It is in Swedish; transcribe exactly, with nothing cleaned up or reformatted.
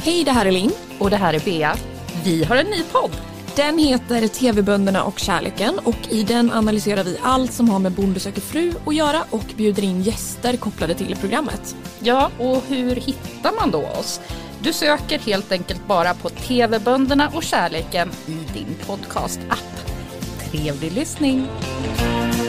Hej, det här är Linn. Och det här är Bea. Vi har en ny podd. Den heter T V-bönderna och kärleken och i den analyserar vi allt som har med Bonde söker fru att göra och bjuder in gäster kopplade till programmet. Ja, och hur hittar man då oss? Du söker helt enkelt bara på T V-bönderna och kärleken i din podcast-app. Trevlig lyssning!